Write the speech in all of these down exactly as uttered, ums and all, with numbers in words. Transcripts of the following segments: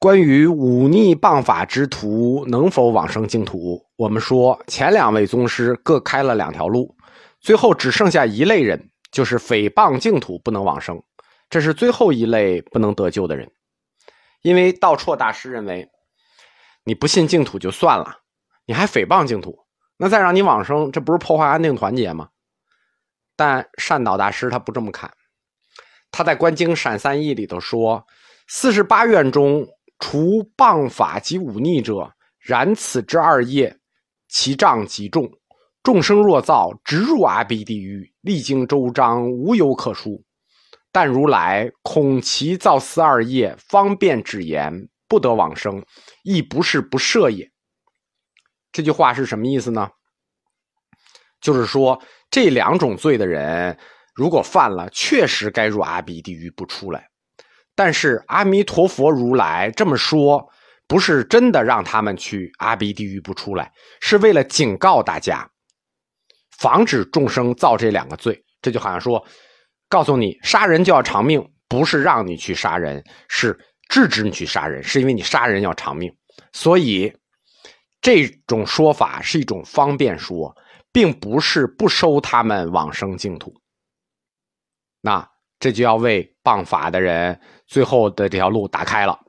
关于忤逆谤法之徒能否往生净土，我们说前两位宗师各开了两条路，最后只剩下一类人，就是诽谤净土不能往生，这是最后一类不能得救的人。因为道绰大师认为，你不信净土就算了，你还诽谤净土，那再让你往生，这不是破坏安定团结吗？但善导大师他不这么看，他在《观经闪三义》里头说，四十八愿中除谤法及忤逆者，然此之二业，其障极重。众生若造，直入阿鼻地狱，历经周章，无有可恕。但如来恐其造此二业，方便止言，不得往生，亦不是不赦也。这句话是什么意思呢？就是说，这两种罪的人，如果犯了，确实该入阿鼻地狱不出来。但是阿弥陀佛如来这么说，不是真的让他们去阿鼻地狱不出来，是为了警告大家，防止众生造这两个罪。这就好像说，告诉你杀人就要偿命，不是让你去杀人，是制止你去杀人，是因为你杀人要偿命。所以这种说法是一种方便说，并不是不收他们往生净土。那这就要为谤法的人最后的这条路打开了。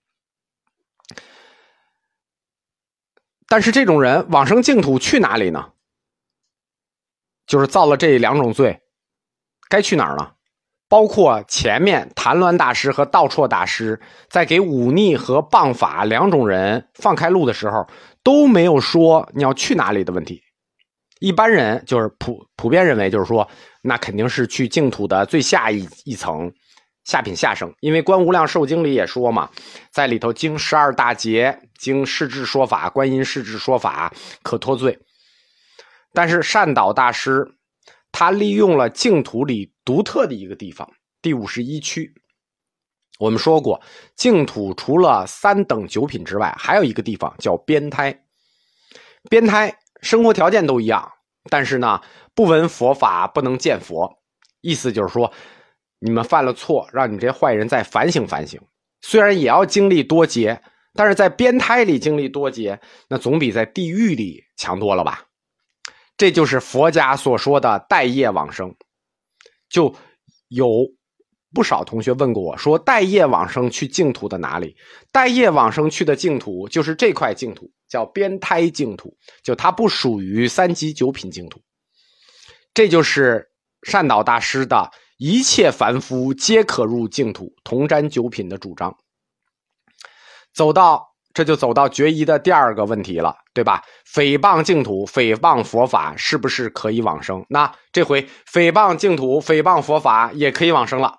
但是这种人往生净土去哪里呢？就是造了这两种罪，该去哪儿呢？包括前面谭鸾大师和道绰大师在给忤逆和谤法两种人放开路的时候，都没有说你要去哪里的问题。一般人就是普普遍认为，就是说那肯定是去净土的最下一一层，下品下生。因为观无量寿经里也说嘛，在里头经十二大劫，经世智说法，观音世智说法可脱罪。但是善导大师他利用了净土里独特的一个地方，第五十一区。我们说过，净土除了三等九品之外，还有一个地方叫边胎。边胎生活条件都一样，但是呢，不闻佛法，不能见佛。意思就是说，你们犯了错，让你们这些坏人再反省反省。虽然也要经历多劫，但是在边胎里经历多劫，那总比在地狱里强多了吧。这就是佛家所说的带业往生。就有不少同学问过我，说带业往生去净土的哪里？带业往生去的净土就是这块净土，叫边胎净土，就它不属于三级九品净土。这就是善导大师的一切凡夫皆可入净土，同沾九品的主张。走到这就走到决疑的第二个问题了，对吧？诽谤净土，诽谤佛法，是不是可以往生？那这回诽谤净土，诽谤佛法也可以往生了。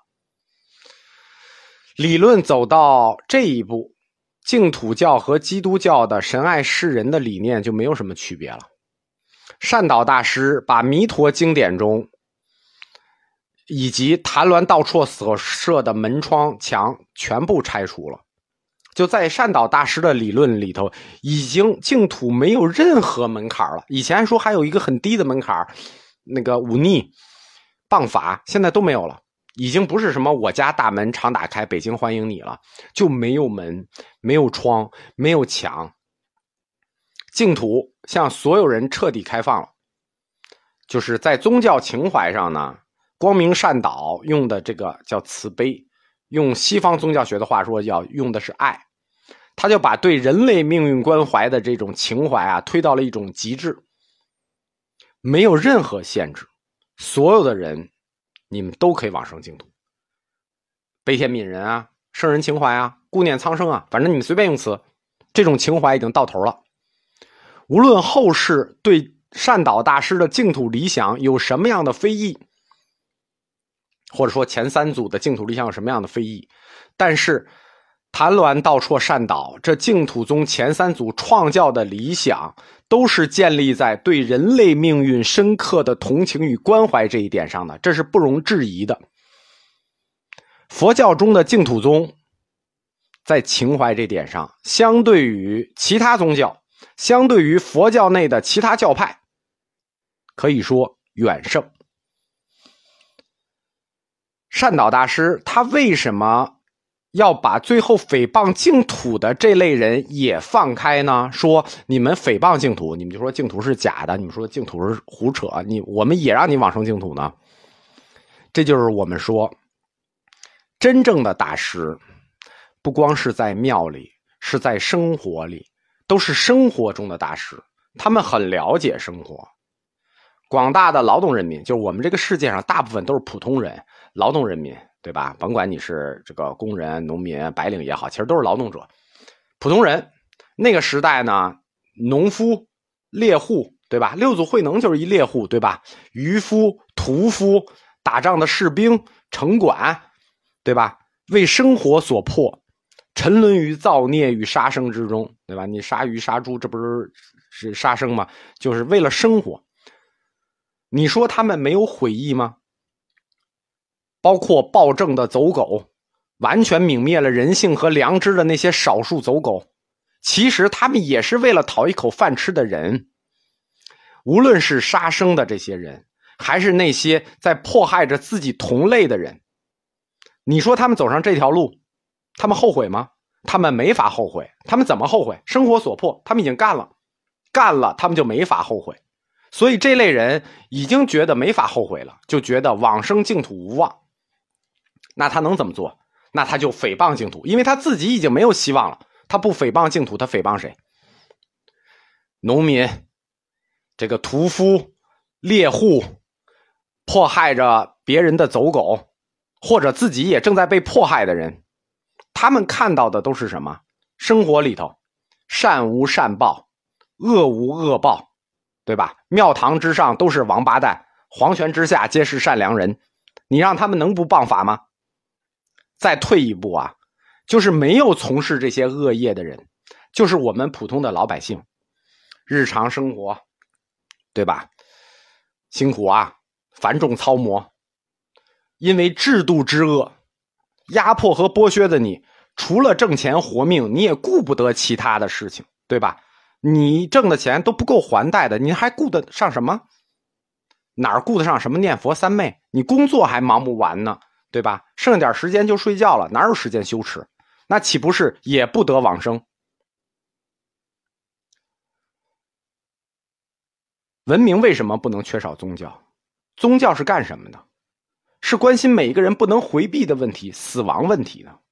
理论走到这一步，净土教和基督教的神爱世人的理念就没有什么区别了。善导大师把弥陀经典中以及谭鸾道绰所设的门窗墙全部拆除了。就在善导大师的理论里头，已经净土没有任何门槛了。以前说还有一个很低的门槛，那个忤逆谤法，现在都没有了。已经不是什么我家大门常打开，北京欢迎你了，就没有门，没有窗，没有墙。净土向所有人彻底开放了。就是在宗教情怀上呢，光明善导用的这个叫慈悲，用西方宗教学的话说，要用的是爱。他就把对人类命运关怀的这种情怀啊，推到了一种极致，没有任何限制，所有的人你们都可以往生净土。悲天悯人啊，圣人情怀啊，顾念苍生啊，反正你们随便用词，这种情怀已经到头了。无论后世对善导大师的净土理想有什么样的非议，或者说前三祖的净土理想有什么样的非议，但是谭鸾道绰善导这净土宗前三祖创教的理想，都是建立在对人类命运深刻的同情与关怀这一点上的，这是不容置疑的。佛教中的净土宗在情怀这点上，相对于其他宗教，相对于佛教内的其他教派，可以说远胜。善导大师他为什么要把最后诽谤净土的这类人也放开呢？说你们诽谤净土，你们就说净土是假的，你们说净土是胡扯，你我们也让你往生净土呢？这就是我们说，真正的大师不光是在庙里，是在生活里，都是生活中的大师，他们很了解生活。广大的劳动人民，就是我们这个世界上大部分都是普通人，劳动人民，对吧？甭管你是这个工人、农民、白领也好，其实都是劳动者。普通人那个时代呢，农夫、猎户，对吧？六祖慧能就是一猎户，对吧？渔夫、屠夫、打仗的士兵、城管，对吧？为生活所迫，沉沦于造孽与杀生之中，对吧？你杀鱼杀猪，这不是是杀生吗？就是为了生活。你说他们没有悔意吗？包括暴政的走狗，完全泯灭了人性和良知的那些少数走狗，其实他们也是为了讨一口饭吃的人。无论是杀生的这些人，还是那些在迫害着自己同类的人，你说他们走上这条路，他们后悔吗？他们没法后悔。他们怎么后悔？生活所迫，他们已经干了，干了他们就没法后悔。所以这类人已经觉得没法后悔了，就觉得往生净土无望。那他能怎么做？那他就诽谤净土，因为他自己已经没有希望了。他不诽谤净土，他诽谤谁？农民，这个屠夫、猎户，迫害着别人的走狗，或者自己也正在被迫害的人，他们看到的都是什么？生活里头，善无善报，恶无恶报，对吧？庙堂之上都是王八蛋，皇权之下皆是善良人，你让他们能不谤法吗？再退一步啊，就是没有从事这些恶业的人，就是我们普通的老百姓，日常生活，对吧？辛苦啊，繁重操磨，因为制度之恶，压迫和剥削的你，除了挣钱活命，你也顾不得其他的事情，对吧？你挣的钱都不够还贷的，你还顾得上什么？哪儿顾得上什么念佛三昧？你工作还忙不完呢，对吧？剩点时间就睡觉了，哪有时间羞耻？那岂不是也不得往生？文明为什么不能缺少宗教？宗教是干什么的？是关心每一个人不能回避的问题，死亡问题的。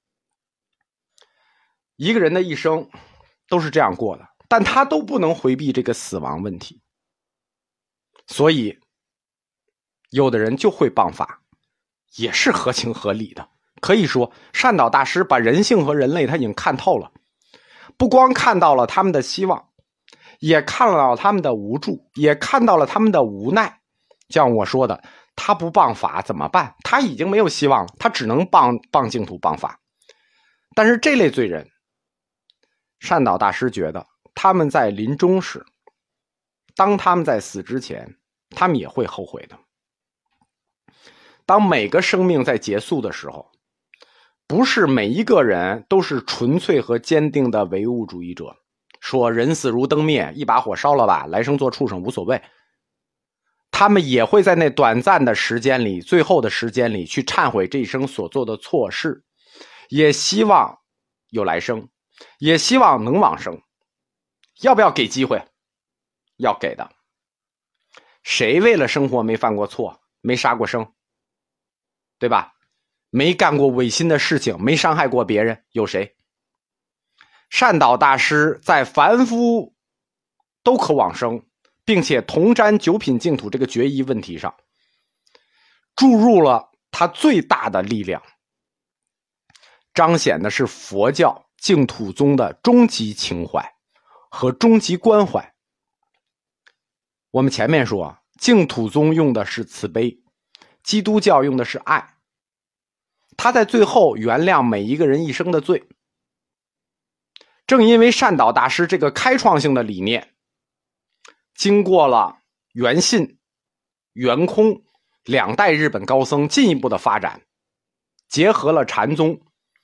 一个人的一生都是这样过的，但他都不能回避这个死亡问题。所以有的人就会谤法，也是合情合理的。可以说善导大师把人性和人类他已经看透了，不光看到了他们的希望，也看到了他们的无助，也看到了他们的无奈。像我说的，他不谤法怎么办？他已经没有希望了，他只能谤谤净土谤法。但是这类罪人，善导大师觉得他们在临终时，当他们在死之前，他们也会后悔的。当每个生命在结束的时候，不是每一个人都是纯粹和坚定的唯物主义者，说人死如灯灭，一把火烧了吧，来生做畜生无所谓。他们也会在那短暂的时间里，最后的时间里去忏悔这一生所做的错事，也希望有来生，也希望能往生。要不要给机会？要给的。谁为了生活没犯过错，没杀过生，对吧？没干过违心的事情，没伤害过别人，有谁？善导大师在凡夫都可往生，并且同沾九品净土这个决疑问题上，注入了他最大的力量，彰显的是佛教净土宗的终极情怀和终极关怀。我们前面说，净土宗用的是慈悲，基督教用的是爱，他在最后原谅每一个人一生的罪。正因为善导大师这个开创性的理念，经过了元信、元空两代日本高僧进一步的发展，结合了禅宗，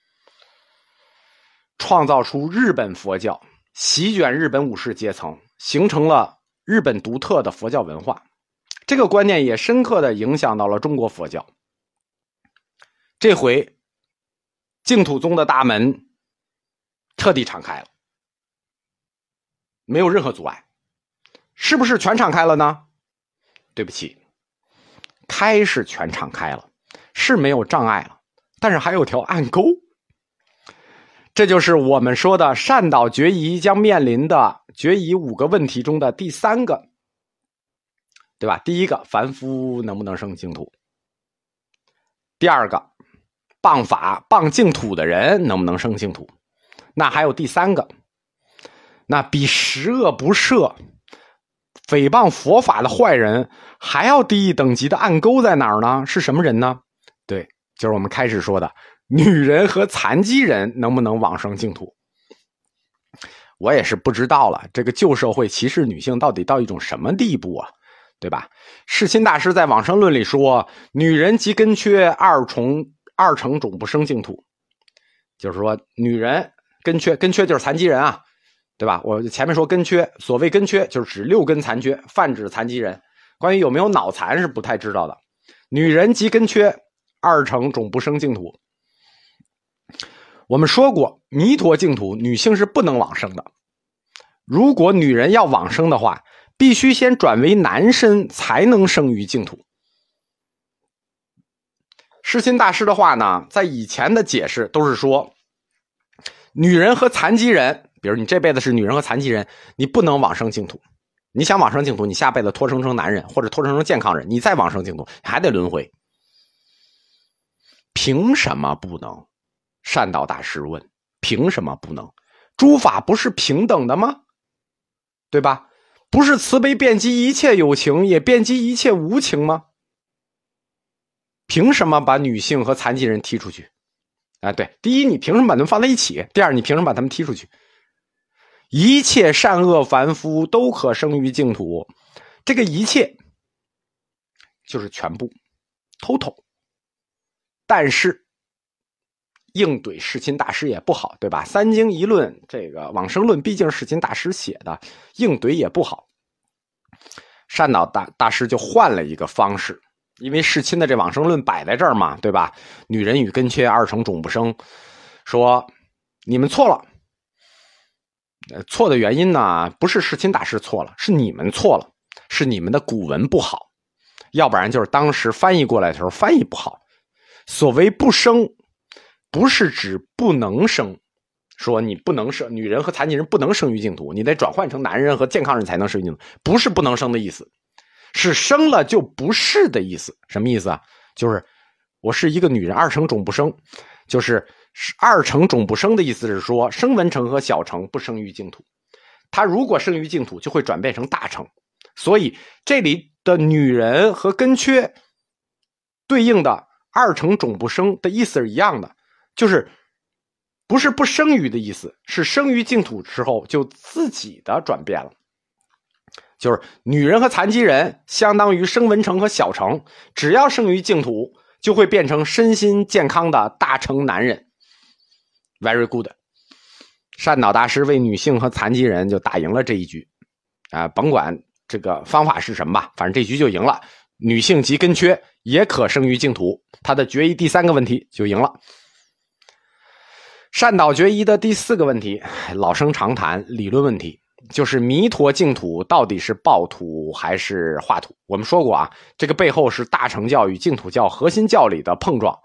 创造出日本佛教，席卷日本武士阶层，形成了日本独特的佛教文化。这个观念也深刻地影响到了中国佛教。这回净土宗的大门彻底敞开了，没有任何阻碍。是不是全敞开了呢？对不起，开是全敞开了，是没有障碍了，但是还有条暗沟。这就是我们说的善导决疑将面临的决疑五个问题中的第三个，对吧？第一个，凡夫能不能生净土？第二个，谤法谤净土的人能不能生净土？那还有第三个，那比十恶不赦诽谤佛法的坏人还要低一等级的暗沟在哪儿呢？是什么人呢？对，就是我们开始说的女人和残疾人能不能往生净土。我也是不知道了，这个旧社会歧视女性到底到一种什么地步啊，对吧？世亲大师在往生论里说，女人及根缺二重二成种不生净土，就是说女人根缺，根缺就是残疾人啊，对吧？我前面说根缺，所谓根缺就是指六根残缺，泛指残疾人。关于有没有脑残是不太知道的。女人及根缺二成种不生净土。我们说过，弥陀净土女性是不能往生的。如果女人要往生的话，必须先转为男身才能生于净土。世亲大师的话呢，在以前的解释都是说，女人和残疾人，比如你这辈子是女人和残疾人，你不能往生净土。你想往生净土，你下辈子托生成男人或者托生成健康人，你再往生净土还得轮回。凭什么不能？善导大师问，凭什么不能？诸法不是平等的吗？对吧？不是慈悲遍及一切有情，也遍及一切无情吗？凭什么把女性和残疾人踢出去？啊，对，第一，你凭什么把他们放在一起？第二，你凭什么把他们踢出去？一切善恶凡夫都可生于净土，这个一切就是全部 total。 但是硬怼世亲大师也不好，对吧？三经一论，这个往生论毕竟是世亲大师写的，硬怼也不好。善导 大, 大师就换了一个方式，因为世亲的这往生论摆在这儿嘛，对吧？女人与根缺二成种不生，说你们错了。呃，错的原因呢，不是世亲大师错了，是你们错了，是你们的古文不好，要不然就是当时翻译过来的时候翻译不好。所谓不生，不是指不能生，说你不能生，女人和残疾人不能生于净土，你得转换成男人和健康人才能生于净土，不是不能生的意思，是生了就不是的意思。什么意思啊？就是我是一个女人，二成种不生，就是二成种不生的意思是说，声闻乘和小乘不生于净土，他如果生于净土就会转变成大乘。所以这里的女人和根缺对应的二成种不生的意思是一样的，就是不是不生于的意思，是生于净土之后就自己的转变了。就是女人和残疾人相当于声闻乘和小乘，只要生于净土就会变成身心健康的大乘男人。Very good。 善导大师为女性和残疾人就打赢了这一局啊、呃，甭管这个方法是什么吧，反正这局就赢了。女性及根缺也可生于净土，他的决议第三个问题就赢了。善导决议的第四个问题，老生常谈，理论问题，就是弥陀净土到底是报土还是化土。我们说过啊，这个背后是大乘教与净土教核心教理的碰撞。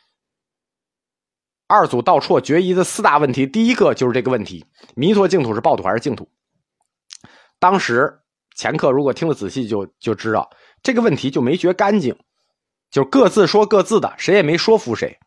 二祖道绰决议的四大问题，第一个就是这个问题，弥陀净土是报土还是净土。当时前课如果听得仔细就就知道这个问题就没决干净，就是各自说各自的，谁也没说服谁。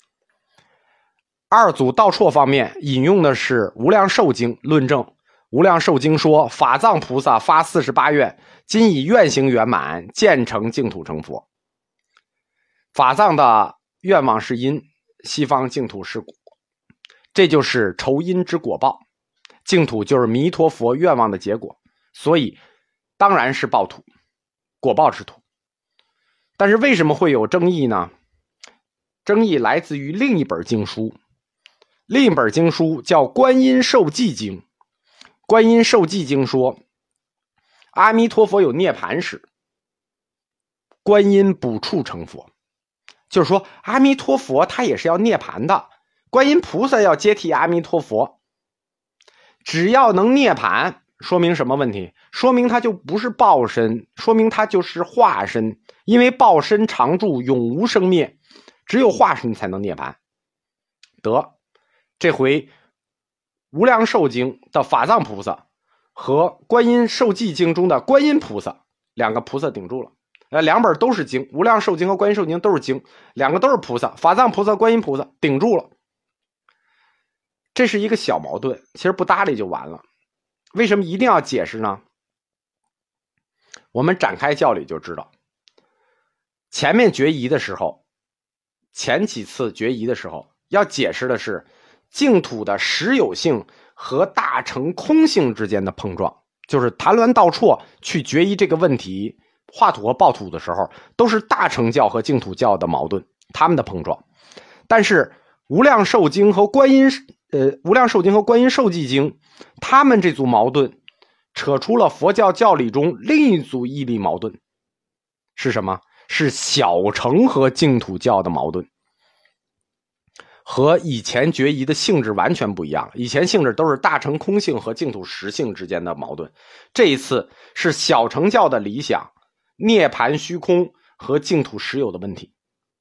二祖道绰方面引用的是无量寿经论证，无量寿经说，法藏菩萨发四十八愿，今以愿行圆满，渐成净土成佛。法藏的愿望是因，西方净土是果，这就是酬因之果报，净土就是弥陀佛愿望的结果，所以当然是报土，果报之土。但是为什么会有争议呢？争议来自于另一本经书，另一本经书叫观音受记经。观音受记经说，阿弥陀佛有涅槃时，观音补处成佛，就是说阿弥陀佛他也是要涅槃的， 观音菩萨要接替阿弥陀佛，只要能涅槃，说明什么问题？说明他就不是报身，说明他就是化身，因为报身常住，永无生灭，只有化身才能涅槃。得，这回无量寿经的法藏菩萨和观音受记经中的观音菩萨两个菩萨顶住了。呃，两本都是经，无量寿经和观音受经都是经，两个都是菩萨，法藏菩萨、观音菩萨顶住了。这是一个小矛盾，其实不搭理就完了。为什么一定要解释呢？我们展开教理就知道，前面决疑的时候，前几次决疑的时候，要解释的是净土的实有性和大乘空性之间的碰撞，就是谭鸾道绰去决疑这个问题，化土和报土的时候，都是大乘教和净土教的矛盾，他们的碰撞。但是无量寿经和观音呃，无量寿经和观音受记经，他们这组矛盾扯出了佛教教理中另一组义理矛盾，是什么？是小乘和净土教的矛盾，和以前决疑的性质完全不一样。以前性质都是大乘空性和净土实性之间的矛盾，这一次是小乘教的理想、涅槃虚空和净土实有的问题。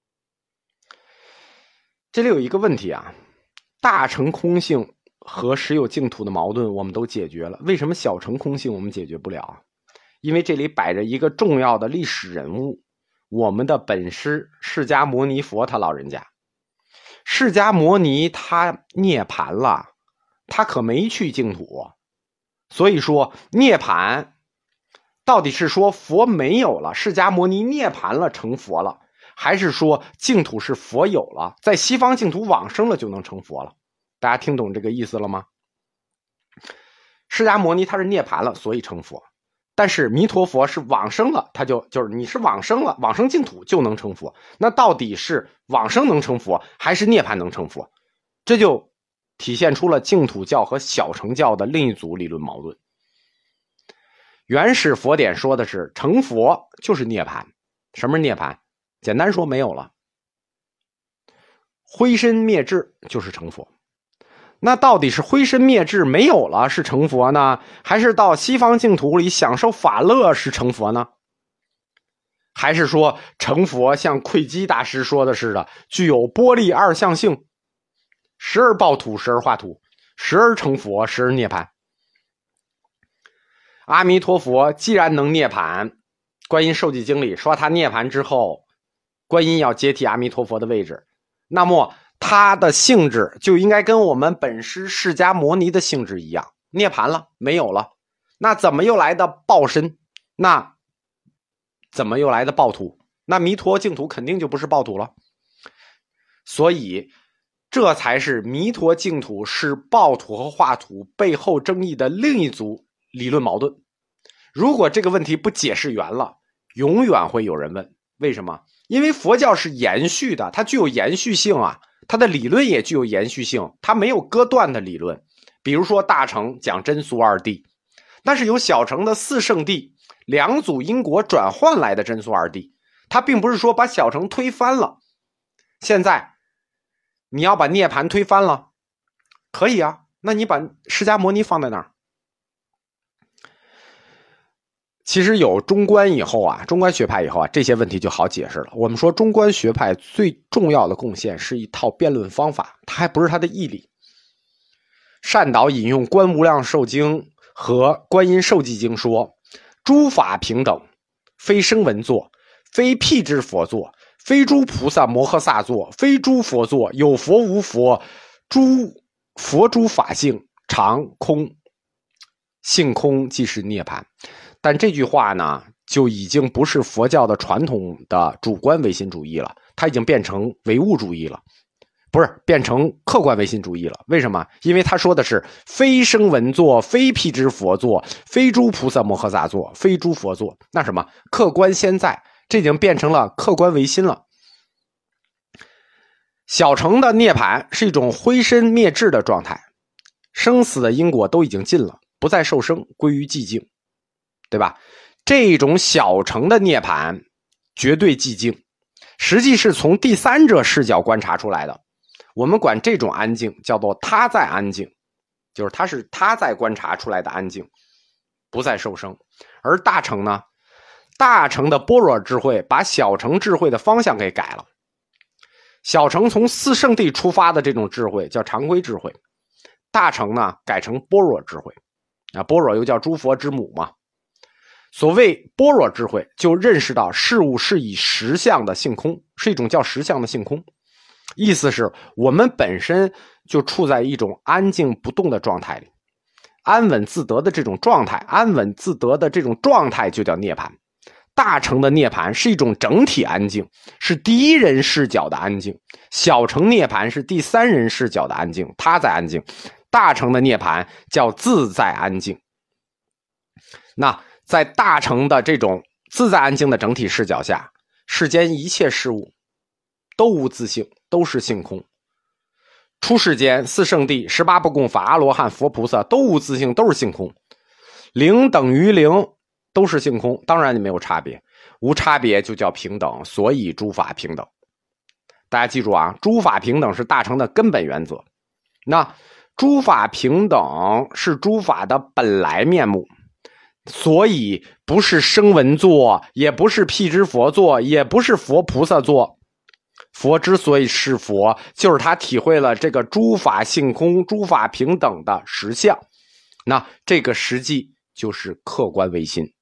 这里有一个问题啊，大乘空性和实有净土的矛盾我们都解决了，为什么小乘空性我们解决不了啊？因为这里摆着一个重要的历史人物，我们的本师释迦牟尼佛他老人家。释迦牟尼他涅槃了，他可没去净土，所以说涅槃到底是说佛没有了，释迦牟尼涅槃了成佛了，还是说净土是佛有了，在西方净土往生了就能成佛了？大家听懂这个意思了吗？释迦牟尼他是涅槃了，所以成佛，但是弥陀佛是往生了，他就就是你是往生了，往生净土就能成佛。那到底是往生能成佛，还是涅槃能成佛？这就体现出了净土教和小乘教的另一组理论矛盾。原始佛典说的是成佛就是涅槃。什么是涅槃？简单说没有了，灰身灭智就是成佛。那到底是灰身灭智没有了是成佛呢，还是到西方净土里享受法乐是成佛呢？还是说成佛像慧基大师说的似的，具有波粒二相性，时而报土，时而化土，时而成佛，时而涅槃？阿弥陀佛既然能涅槃，观音受记经里说他涅槃之后，观音要接替阿弥陀佛的位置，那么他的性质就应该跟我们本师释迦牟尼的性质一样，涅槃了，没有了，那怎么又来的报身？那怎么又来的报土？那弥陀净土肯定就不是报土了。所以这才是弥陀净土是报土和化土背后争议的另一组理论矛盾。如果这个问题不解释圆了，永远会有人问为什么？因为佛教是延续的，它具有延续性啊，它的理论也具有延续性，它没有割断的理论。比如说大乘讲真俗二谛，那是由小乘的四圣谛两组因果转换来的真俗二谛，它并不是说把小乘推翻了。现在你要把涅槃推翻了，可以啊，那你把释迦牟尼放在哪儿？其实有中观以后啊，中观学派以后啊，这些问题就好解释了。我们说中观学派最重要的贡献是一套辩论方法，它还不是它的义理。善导引用观无量寿经和观音受记经说，诸法平等，非声闻作，非辟支佛作，非诸菩萨摩诃萨作，非诸佛作，有佛无佛，诸佛诸法性常空，性空即是涅槃。但这句话呢，就已经不是佛教的传统的主观唯心主义了，它已经变成唯物主义了，不是变成客观唯心主义了。为什么？因为他说的是非声闻作，非辟支佛作，非诸菩萨摩诃萨作，非诸佛作。那什么？客观现在，这已经变成了客观唯心了。小乘的涅槃是一种灰身灭智的状态，生死的因果都已经尽了，不再受生，归于寂静，对吧？这种小乘的涅槃绝对寂静，实际是从第三者视角观察出来的。 我们管这种安静叫做他在安静，就是它是他在观察出来的安静，不再受生。而大乘呢，大乘的般若智慧把小乘智慧的方向给改了。小乘从四圣谛出发的这种智慧叫常规智慧，大乘呢改成般若智慧啊，般若又叫诸佛之母嘛。所谓般若智慧，就认识到事物是以实相的性空，是一种叫实相的性空。意思是我们本身就处在一种安静不动的状态里，安稳自得的这种状态，安稳自得的这种状态就叫涅槃。大乘的涅槃是一种整体安静，是第一人视角的安静；小乘涅槃是第三人视角的安静，他在安静。大乘的涅槃叫自在安静。那在大乘的这种自在安静的整体视角下，世间一切事物都无自性，都是性空。出世间四圣谛、十八不共法、阿罗汉、佛菩萨都无自性，都是性空。零等于零，都是性空，当然没有差别，无差别就叫平等，所以诸法平等。大家记住啊，诸法平等是大乘的根本原则。那诸法平等是诸法的本来面目，所以不是声闻作，也不是辟支佛作，也不是佛菩萨作。佛之所以是佛，就是他体会了这个诸法性空、诸法平等的实相。那这个实际就是客观唯心。